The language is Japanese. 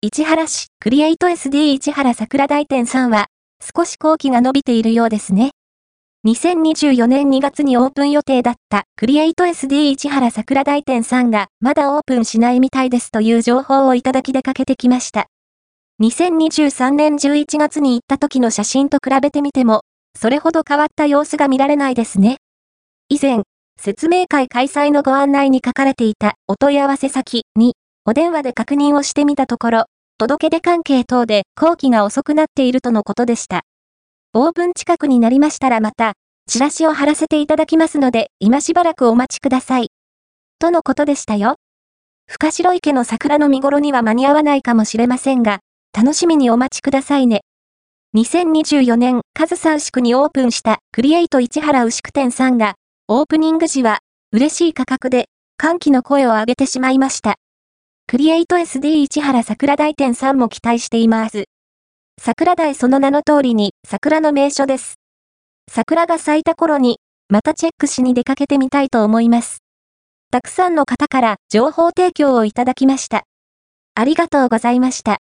市原市クリエイト SD 市原桜大店さんは、少し工期が伸びているようですね。2024年2月にオープン予定だったクリエイト SD 市原桜大店さんがまだオープンしないみたいですという情報をいただき出かけてきました。2023年11月に行った時の写真と比べてみても、それほど変わった様子が見られないですね。以前、説明会開催のご案内に書かれていたお問い合わせ先にお電話で確認をしてみたところ、届け出関係等で工期が遅くなっているとのことでした。オープン近くになりましたらまた、チラシを貼らせていただきますので、今しばらくお待ちください。とのことでしたよ。深白池の桜の見頃には間に合わないかもしれませんが、楽しみにお待ちくださいね。2024年、上総牛久にオープンしたクリエイト市原牛久店さんが、オープニング時は、嬉しい価格で、歓喜の声を上げてしまいました。クリエイト SD 市原桜大店さんも期待しています。桜台その名の通りに桜の名所です。桜が咲いた頃にまたチェックしに出かけてみたいと思います。たくさんの方から情報提供をいただきました。ありがとうございました。